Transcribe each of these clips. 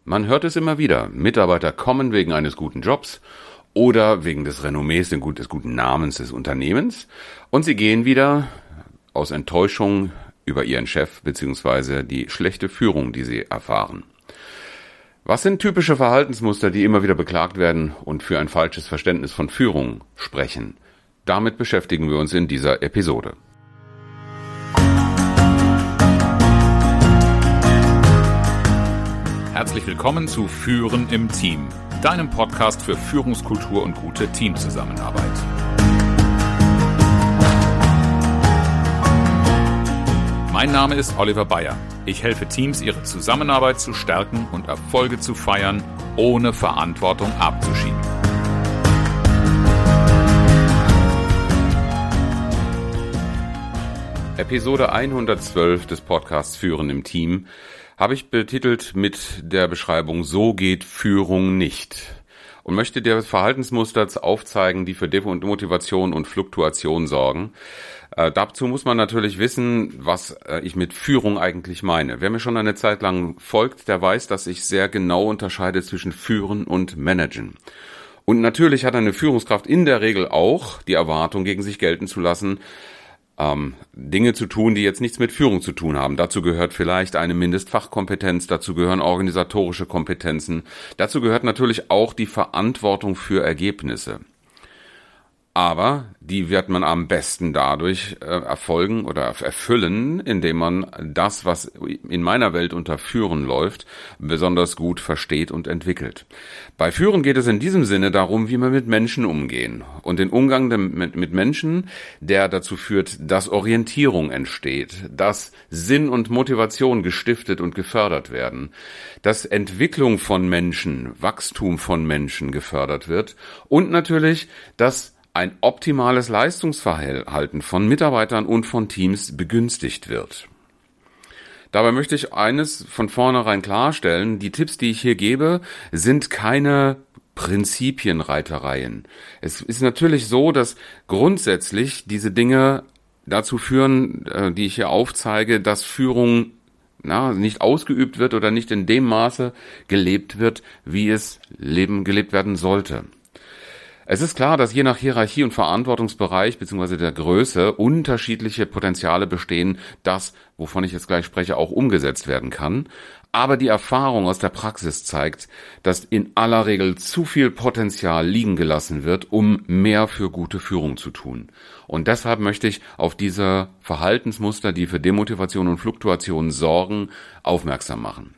Man hört es immer wieder. Mitarbeiter kommen wegen eines guten Jobs oder wegen des Renommees, des guten Namens des Unternehmens und sie gehen wieder aus Enttäuschung über ihren Chef bzw. die schlechte Führung, die sie erfahren. Was sind typische Verhaltensmuster, die immer wieder beklagt werden und für ein falsches Verständnis von Führung sprechen? Damit beschäftigen wir uns in dieser Episode. Herzlich willkommen zu Führen im Team, deinem Podcast für Führungskultur und gute Teamzusammenarbeit. Mein Name ist Oliver Bayer. Ich helfe Teams, ihre Zusammenarbeit zu stärken und Erfolge zu feiern, ohne Verantwortung abzuschieben. Episode 112 des Podcasts Führen im Team habe ich betitelt mit der Beschreibung "So geht Führung nicht" und möchte dir Verhaltensmuster aufzeigen, die für Demotivation und Fluktuation sorgen. Dazu muss man natürlich wissen, was ich mit Führung eigentlich meine. Wer mir schon eine Zeit lang folgt, der weiß, dass ich sehr genau unterscheide zwischen Führen und Managen. Und natürlich hat eine Führungskraft in der Regel auch die Erwartung, gegen sich gelten zu lassen, Dinge zu tun, die jetzt nichts mit Führung zu tun haben. Dazu gehört vielleicht eine Mindestfachkompetenz, dazu gehören organisatorische Kompetenzen, dazu gehört natürlich auch die Verantwortung für Ergebnisse. Aber die wird man am besten dadurch erfolgen oder erfüllen, indem man das, was in meiner Welt unter Führen läuft, besonders gut versteht und entwickelt. Bei Führen geht es in diesem Sinne darum, wie wir mit Menschen umgehen. Und den Umgang mit Menschen, der dazu führt, dass Orientierung entsteht, dass Sinn und Motivation gestiftet und gefördert werden, dass Entwicklung von Menschen, Wachstum von Menschen gefördert wird und natürlich, dass ein optimales Leistungsverhalten von Mitarbeitern und von Teams begünstigt wird. Dabei möchte ich eines von vornherein klarstellen: Die Tipps, die ich hier gebe, sind keine Prinzipienreitereien. Es ist natürlich so, dass grundsätzlich diese Dinge dazu führen, die ich hier aufzeige, dass Führung nicht ausgeübt wird oder nicht in dem Maße gelebt wird, wie es gelebt werden sollte. Es ist klar, dass je nach Hierarchie und Verantwortungsbereich bzw. der Größe unterschiedliche Potenziale bestehen, das, wovon ich jetzt gleich spreche, auch umgesetzt werden kann. Aber die Erfahrung aus der Praxis zeigt, dass in aller Regel zu viel Potenzial liegen gelassen wird, um mehr für gute Führung zu tun. Und deshalb möchte ich auf diese Verhaltensmuster, die für Demotivation und Fluktuation sorgen, aufmerksam machen.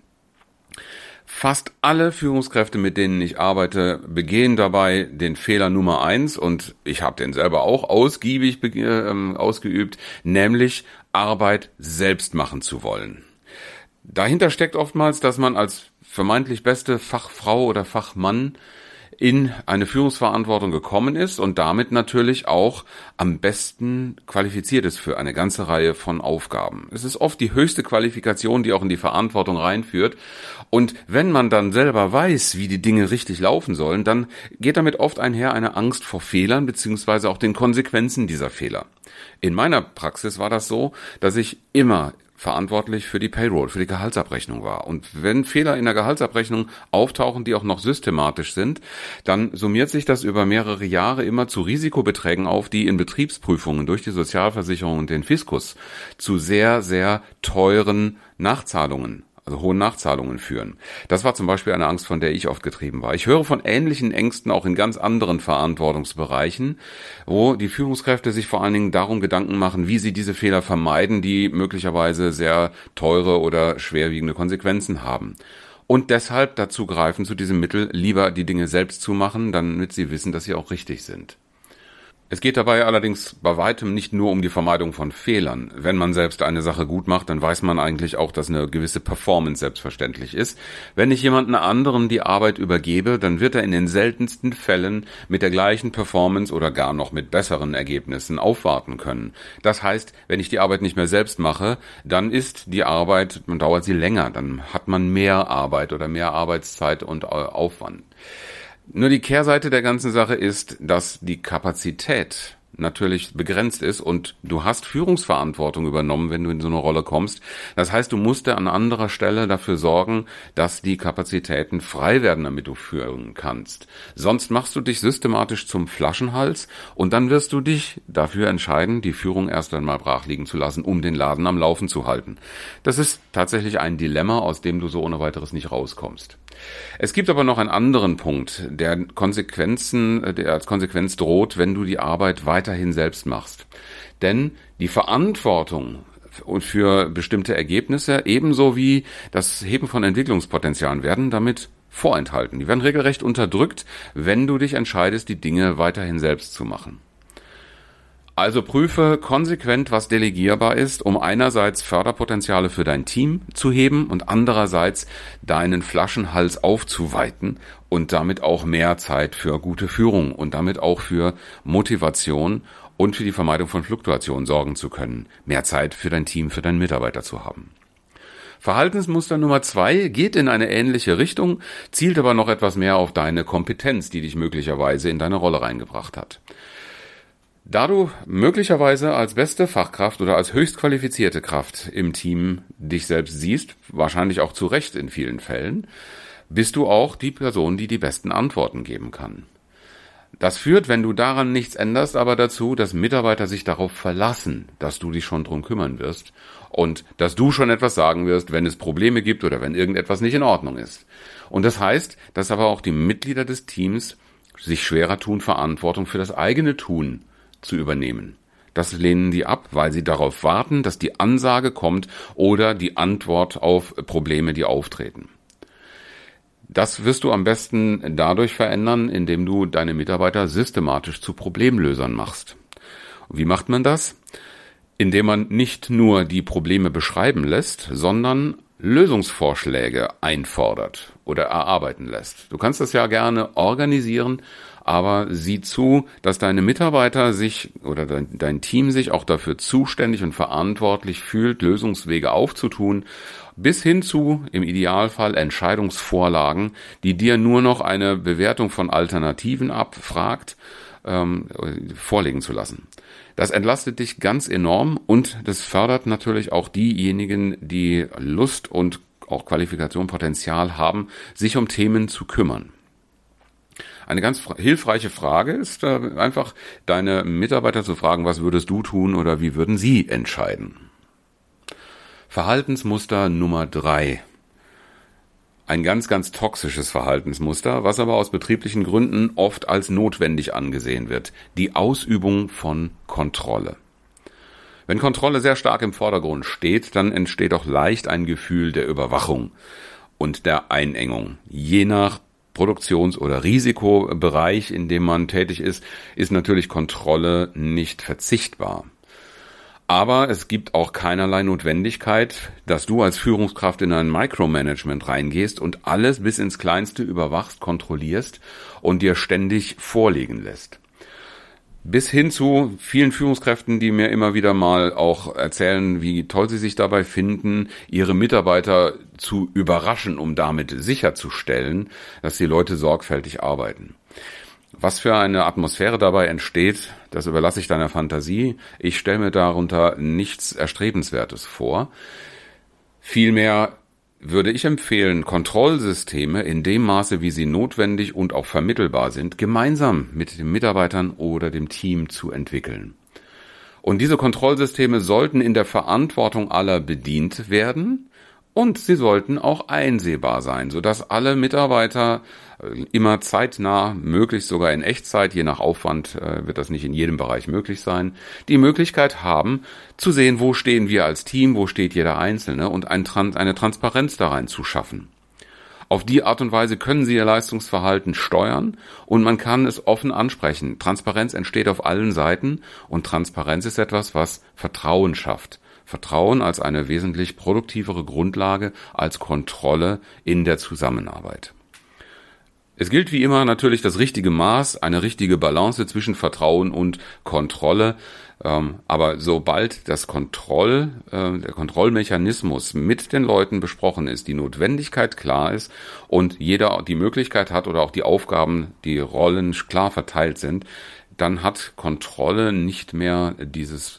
Fast alle Führungskräfte, mit denen ich arbeite, begehen dabei den Fehler Nummer 1, und ich habe den selber auch ausgiebig ausgeübt, nämlich Arbeit selbst machen zu wollen. Dahinter steckt oftmals, dass man als vermeintlich beste Fachfrau oder Fachmann in eine Führungsverantwortung gekommen ist und damit natürlich auch am besten qualifiziert ist für eine ganze Reihe von Aufgaben. Es ist oft die höchste Qualifikation, die auch in die Verantwortung reinführt. Und wenn man dann selber weiß, wie die Dinge richtig laufen sollen, dann geht damit oft einher eine Angst vor Fehlern beziehungsweise auch den Konsequenzen dieser Fehler. In meiner Praxis war das so, dass ich immer verantwortlich für die Payroll, für die Gehaltsabrechnung war. Und wenn Fehler in der Gehaltsabrechnung auftauchen, die auch noch systematisch sind, dann summiert sich das über mehrere Jahre immer zu Risikobeträgen auf, die in Betriebsprüfungen durch die Sozialversicherung und den Fiskus zu sehr, sehr teuren Nachzahlungen, also hohen Nachzahlungen führen. Das war zum Beispiel eine Angst, von der ich oft getrieben war. Ich höre von ähnlichen Ängsten auch in ganz anderen Verantwortungsbereichen, wo die Führungskräfte sich vor allen Dingen darum Gedanken machen, wie sie diese Fehler vermeiden, die möglicherweise sehr teure oder schwerwiegende Konsequenzen haben. Und deshalb dazu greifen, zu diesem Mittel lieber die Dinge selbst zu machen, damit sie wissen, dass sie auch richtig sind. Es geht dabei allerdings bei weitem nicht nur um die Vermeidung von Fehlern. Wenn man selbst eine Sache gut macht, dann weiß man eigentlich auch, dass eine gewisse Performance selbstverständlich ist. Wenn ich jemanden anderen die Arbeit übergebe, dann wird er in den seltensten Fällen mit der gleichen Performance oder gar noch mit besseren Ergebnissen aufwarten können. Das heißt, wenn ich die Arbeit nicht mehr selbst mache, dann ist die Arbeit, dann dauert sie länger, dann hat man mehr Arbeit oder mehr Arbeitszeit und Aufwand. Nur die Kehrseite der ganzen Sache ist, dass die Kapazität natürlich begrenzt ist und du hast Führungsverantwortung übernommen, wenn du in so eine Rolle kommst. Das heißt, du musst an anderer Stelle dafür sorgen, dass die Kapazitäten frei werden, damit du führen kannst. Sonst machst du dich systematisch zum Flaschenhals und dann wirst du dich dafür entscheiden, die Führung erst einmal brach liegen zu lassen, um den Laden am Laufen zu halten. Das ist tatsächlich ein Dilemma, aus dem du so ohne weiteres nicht rauskommst. Es gibt aber noch einen anderen Punkt, der als Konsequenz droht, wenn du die Arbeit weiterhin selbst machst. Denn die Verantwortung für bestimmte Ergebnisse ebenso wie das Heben von Entwicklungspotenzialen werden damit vorenthalten. Die werden regelrecht unterdrückt, wenn du dich entscheidest, die Dinge weiterhin selbst zu machen. Also prüfe konsequent, was delegierbar ist, um einerseits Förderpotenziale für dein Team zu heben und andererseits deinen Flaschenhals aufzuweiten und damit auch mehr Zeit für gute Führung und damit auch für Motivation und für die Vermeidung von Fluktuationen sorgen zu können. Mehr Zeit für dein Team, für deinen Mitarbeiter zu haben. Verhaltensmuster Nummer 2 geht in eine ähnliche Richtung, zielt aber noch etwas mehr auf deine Kompetenz, die dich möglicherweise in deine Rolle reingebracht hat. Da du möglicherweise als beste Fachkraft oder als höchst qualifizierte Kraft im Team dich selbst siehst, wahrscheinlich auch zu Recht in vielen Fällen, bist du auch die Person, die die besten Antworten geben kann. Das führt, wenn du daran nichts änderst, aber dazu, dass Mitarbeiter sich darauf verlassen, dass du dich schon drum kümmern wirst und dass du schon etwas sagen wirst, wenn es Probleme gibt oder wenn irgendetwas nicht in Ordnung ist. Und das heißt, dass aber auch die Mitglieder des Teams sich schwerer tun, Verantwortung für das eigene Tun zu übernehmen. Das lehnen die ab, weil sie darauf warten, dass die Ansage kommt oder die Antwort auf Probleme, die auftreten. Das wirst du am besten dadurch verändern, indem du deine Mitarbeiter systematisch zu Problemlösern machst. Wie macht man das? Indem man nicht nur die Probleme beschreiben lässt, sondern Lösungsvorschläge einfordert oder erarbeiten lässt. Du kannst das ja gerne organisieren, aber sieh zu, dass deine Mitarbeiter sich oder dein Team sich auch dafür zuständig und verantwortlich fühlt, Lösungswege aufzutun, bis hin zu, im Idealfall, Entscheidungsvorlagen, die dir nur noch eine Bewertung von Alternativen abfragt, vorlegen zu lassen. Das entlastet dich ganz enorm und das fördert natürlich auch diejenigen, die Lust und auch Qualifikation, Potenzial haben, sich um Themen zu kümmern. Eine ganz hilfreiche Frage ist einfach, deine Mitarbeiter zu fragen, was würdest du tun oder wie würden sie entscheiden? Verhaltensmuster Nummer 3. Ein ganz, ganz toxisches Verhaltensmuster, was aber aus betrieblichen Gründen oft als notwendig angesehen wird. Die Ausübung von Kontrolle. Wenn Kontrolle sehr stark im Vordergrund steht, dann entsteht auch leicht ein Gefühl der Überwachung und der Einengung. Je nach Produktions- oder Risikobereich, in dem man tätig ist, ist natürlich Kontrolle nicht verzichtbar. Aber es gibt auch keinerlei Notwendigkeit, dass du als Führungskraft in ein Micromanagement reingehst und alles bis ins Kleinste überwachst, kontrollierst und dir ständig vorlegen lässt. Bis hin zu vielen Führungskräften, die mir immer wieder mal auch erzählen, wie toll sie sich dabei finden, ihre Mitarbeiter zu überraschen, um damit sicherzustellen, dass die Leute sorgfältig arbeiten. Was für eine Atmosphäre dabei entsteht, das überlasse ich deiner Fantasie. Ich stelle mir darunter nichts Erstrebenswertes vor. Vielmehr würde ich empfehlen, Kontrollsysteme in dem Maße, wie sie notwendig und auch vermittelbar sind, gemeinsam mit den Mitarbeitern oder dem Team zu entwickeln. Und diese Kontrollsysteme sollten in der Verantwortung aller bedient werden und sie sollten auch einsehbar sein, sodass alle Mitarbeiter immer zeitnah, möglichst sogar in Echtzeit, je nach Aufwand wird das nicht in jedem Bereich möglich sein, die Möglichkeit haben zu sehen, wo stehen wir als Team, wo steht jeder Einzelne und eine Transparenz da rein zu schaffen. Auf die Art und Weise können Sie Ihr Leistungsverhalten steuern und man kann es offen ansprechen. Transparenz entsteht auf allen Seiten und Transparenz ist etwas, was Vertrauen schafft. Vertrauen als eine wesentlich produktivere Grundlage als Kontrolle in der Zusammenarbeit. Es gilt wie immer natürlich das richtige Maß, eine richtige Balance zwischen Vertrauen und Kontrolle. Aber sobald der Kontrollmechanismus mit den Leuten besprochen ist, die Notwendigkeit klar ist und jeder die Möglichkeit hat oder auch die Aufgaben, die Rollen klar verteilt sind, dann hat Kontrolle nicht mehr dieses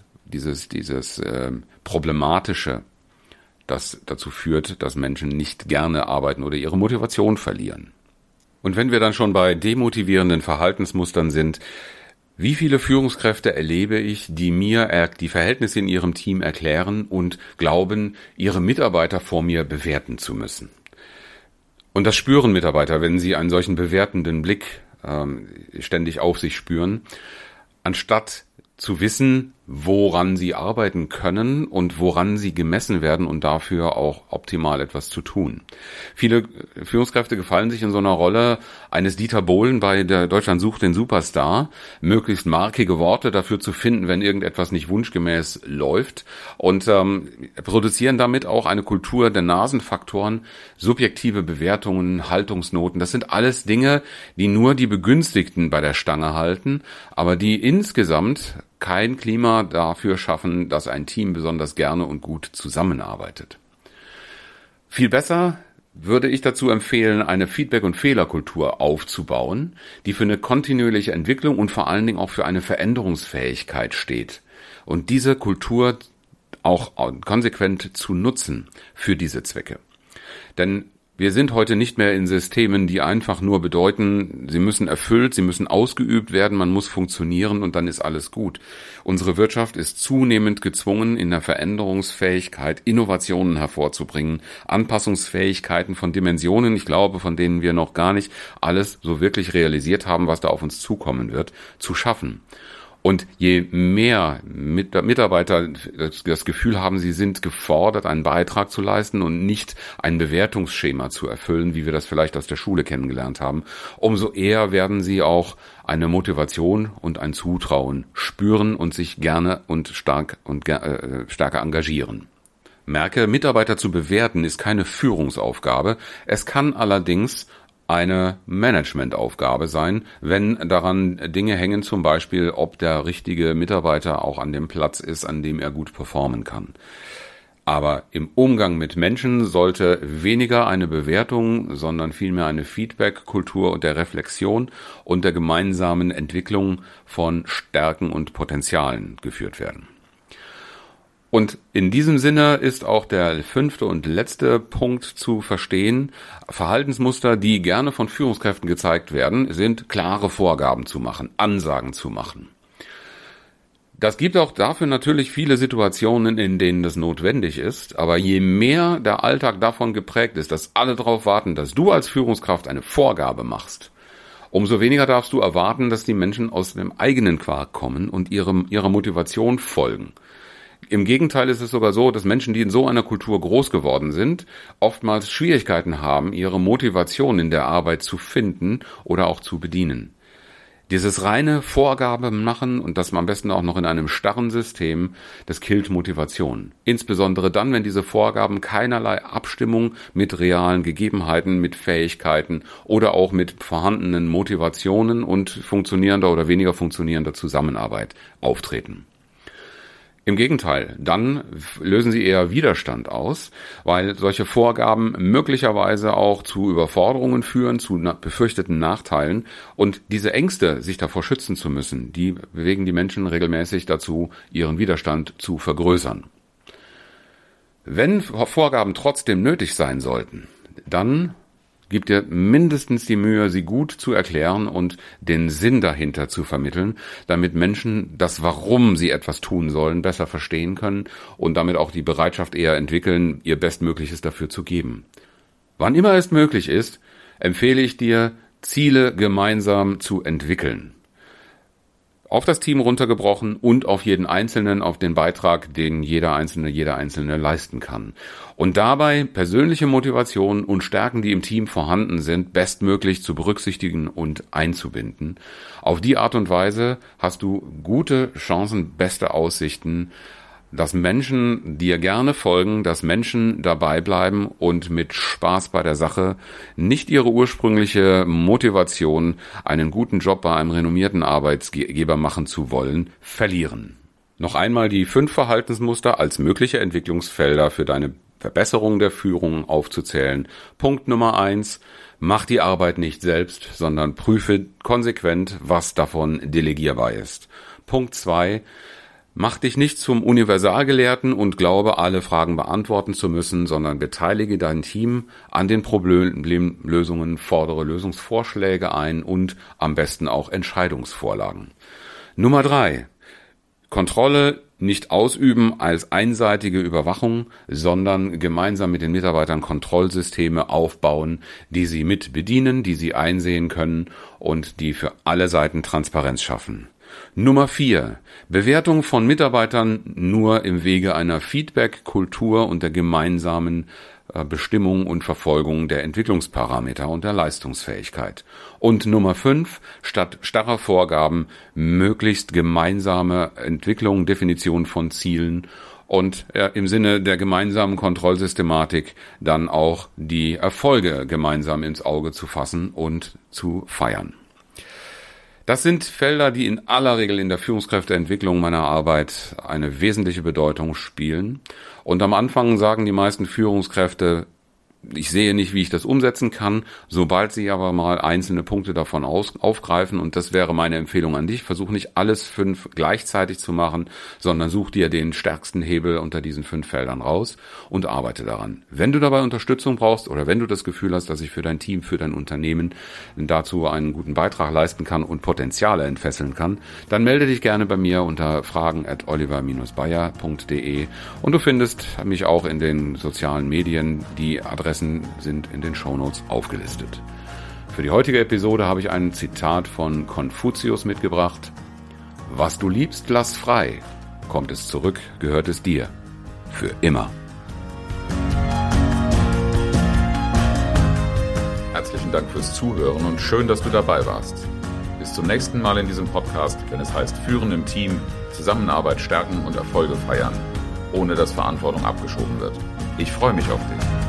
Problematische, das dazu führt, dass Menschen nicht gerne arbeiten oder ihre Motivation verlieren. Und wenn wir dann schon bei demotivierenden Verhaltensmustern sind, wie viele Führungskräfte erlebe ich, die mir die Verhältnisse in ihrem Team erklären und glauben, ihre Mitarbeiter vor mir bewerten zu müssen? Und das spüren Mitarbeiter, wenn sie einen solchen bewertenden Blick ständig auf sich spüren, anstatt zu wissen, woran sie arbeiten können und woran sie gemessen werden und dafür auch optimal etwas zu tun. Viele Führungskräfte gefallen sich in so einer Rolle eines Dieter Bohlen bei der Deutschland sucht den Superstar, möglichst markige Worte dafür zu finden, wenn irgendetwas nicht wunschgemäß läuft, und produzieren damit auch eine Kultur der Nasenfaktoren, subjektive Bewertungen, Haltungsnoten. Das sind alles Dinge, die nur die Begünstigten bei der Stange halten, aber die insgesamt kein Klima dafür schaffen, dass ein Team besonders gerne und gut zusammenarbeitet. Viel besser würde ich dazu empfehlen, eine Feedback- und Fehlerkultur aufzubauen, die für eine kontinuierliche Entwicklung und vor allen Dingen auch für eine Veränderungsfähigkeit steht. Und diese Kultur auch konsequent zu nutzen für diese Zwecke. Denn wir sind heute nicht mehr in Systemen, die einfach nur bedeuten, sie müssen erfüllt, sie müssen ausgeübt werden, man muss funktionieren und dann ist alles gut. Unsere Wirtschaft ist zunehmend gezwungen, in der Veränderungsfähigkeit Innovationen hervorzubringen, Anpassungsfähigkeiten von Dimensionen, ich glaube, von denen wir noch gar nicht alles so wirklich realisiert haben, was da auf uns zukommen wird, zu schaffen. Und je mehr Mitarbeiter das Gefühl haben, sie sind gefordert, einen Beitrag zu leisten und nicht ein Bewertungsschema zu erfüllen, wie wir das vielleicht aus der Schule kennengelernt haben, umso eher werden sie auch eine Motivation und ein Zutrauen spüren und sich gerne und stärker engagieren. Merke, Mitarbeiter zu bewerten ist keine Führungsaufgabe. Es kann allerdings eine Managementaufgabe sein, wenn daran Dinge hängen, zum Beispiel, ob der richtige Mitarbeiter auch an dem Platz ist, an dem er gut performen kann. Aber im Umgang mit Menschen sollte weniger eine Bewertung, sondern vielmehr eine Feedback-Kultur und der Reflexion und der gemeinsamen Entwicklung von Stärken und Potenzialen geführt werden. Und in diesem Sinne ist auch der 5. und letzte Punkt zu verstehen. Verhaltensmuster, die gerne von Führungskräften gezeigt werden, sind klare Vorgaben zu machen, Ansagen zu machen. Das gibt auch dafür natürlich viele Situationen, in denen das notwendig ist. Aber je mehr der Alltag davon geprägt ist, dass alle darauf warten, dass du als Führungskraft eine Vorgabe machst, umso weniger darfst du erwarten, dass die Menschen aus dem eigenen Quark kommen und ihrer Motivation folgen. Im Gegenteil ist es sogar so, dass Menschen, die in so einer Kultur groß geworden sind, oftmals Schwierigkeiten haben, ihre Motivation in der Arbeit zu finden oder auch zu bedienen. Dieses reine Vorgabe machen und das am besten auch noch in einem starren System, das killt Motivation. Insbesondere dann, wenn diese Vorgaben keinerlei Abstimmung mit realen Gegebenheiten, mit Fähigkeiten oder auch mit vorhandenen Motivationen und funktionierender oder weniger funktionierender Zusammenarbeit auftreten. Im Gegenteil, dann lösen sie eher Widerstand aus, weil solche Vorgaben möglicherweise auch zu Überforderungen führen, zu befürchteten Nachteilen. Und diese Ängste, sich davor schützen zu müssen, die bewegen die Menschen regelmäßig dazu, ihren Widerstand zu vergrößern. Wenn Vorgaben trotzdem nötig sein sollten, dann gib dir mindestens die Mühe, sie gut zu erklären und den Sinn dahinter zu vermitteln, damit Menschen das Warum sie etwas tun sollen besser verstehen können und damit auch die Bereitschaft eher entwickeln, ihr Bestmögliches dafür zu geben. Wann immer es möglich ist, empfehle ich dir, Ziele gemeinsam zu entwickeln. Auf das Team runtergebrochen und auf jeden Einzelnen, auf den Beitrag, den jeder Einzelne leisten kann. Und dabei persönliche Motivation und Stärken, die im Team vorhanden sind, bestmöglich zu berücksichtigen und einzubinden. Auf die Art und Weise hast du gute Chancen, beste Aussichten, dass Menschen dir gerne folgen, dass Menschen dabei bleiben und mit Spaß bei der Sache nicht ihre ursprüngliche Motivation, einen guten Job bei einem renommierten Arbeitgeber machen zu wollen, verlieren. Noch einmal die 5 Verhaltensmuster als mögliche Entwicklungsfelder für deine Verbesserung der Führung aufzuzählen. Punkt Nummer 1, mach die Arbeit nicht selbst, sondern prüfe konsequent, was davon delegierbar ist. Punkt 2, mach dich nicht zum Universalgelehrten und glaube, alle Fragen beantworten zu müssen, sondern beteilige dein Team an den Problemlösungen, fordere Lösungsvorschläge ein und am besten auch Entscheidungsvorlagen. Nummer 3, Kontrolle nicht ausüben als einseitige Überwachung, sondern gemeinsam mit den Mitarbeitern Kontrollsysteme aufbauen, die sie mit bedienen, die sie einsehen können und die für alle Seiten Transparenz schaffen. Nummer 4. Bewertung von Mitarbeitern nur im Wege einer Feedback-Kultur und der gemeinsamen Bestimmung und Verfolgung der Entwicklungsparameter und der Leistungsfähigkeit. Und Nummer 5. Statt starrer Vorgaben möglichst gemeinsame Entwicklung, Definition von Zielen und im Sinne der gemeinsamen Kontrollsystematik dann auch die Erfolge gemeinsam ins Auge zu fassen und zu feiern. Das sind Felder, die in aller Regel in der Führungskräfteentwicklung meiner Arbeit eine wesentliche Bedeutung spielen. Und am Anfang sagen die meisten Führungskräfte, ich sehe nicht, wie ich das umsetzen kann. Sobald sie aber mal einzelne Punkte davon aufgreifen, und das wäre meine Empfehlung an dich, versuch nicht alles 5 gleichzeitig zu machen, sondern such dir den stärksten Hebel unter diesen 5 Feldern raus und arbeite daran. Wenn du dabei Unterstützung brauchst oder wenn du das Gefühl hast, dass ich für dein Team, für dein Unternehmen dazu einen guten Beitrag leisten kann und Potenziale entfesseln kann, dann melde dich gerne bei mir unter fragen@oliver-bayer.de und du findest mich auch in den sozialen Medien. Die Adressen sind in den Shownotes aufgelistet. Für die heutige Episode habe ich ein Zitat von Konfuzius mitgebracht. Was du liebst, lass frei. Kommt es zurück, gehört es dir. Für immer. Herzlichen Dank fürs Zuhören und schön, dass du dabei warst. Bis zum nächsten Mal in diesem Podcast, wenn es heißt Führen im Team, Zusammenarbeit stärken und Erfolge feiern, ohne dass Verantwortung abgeschoben wird. Ich freue mich auf dich.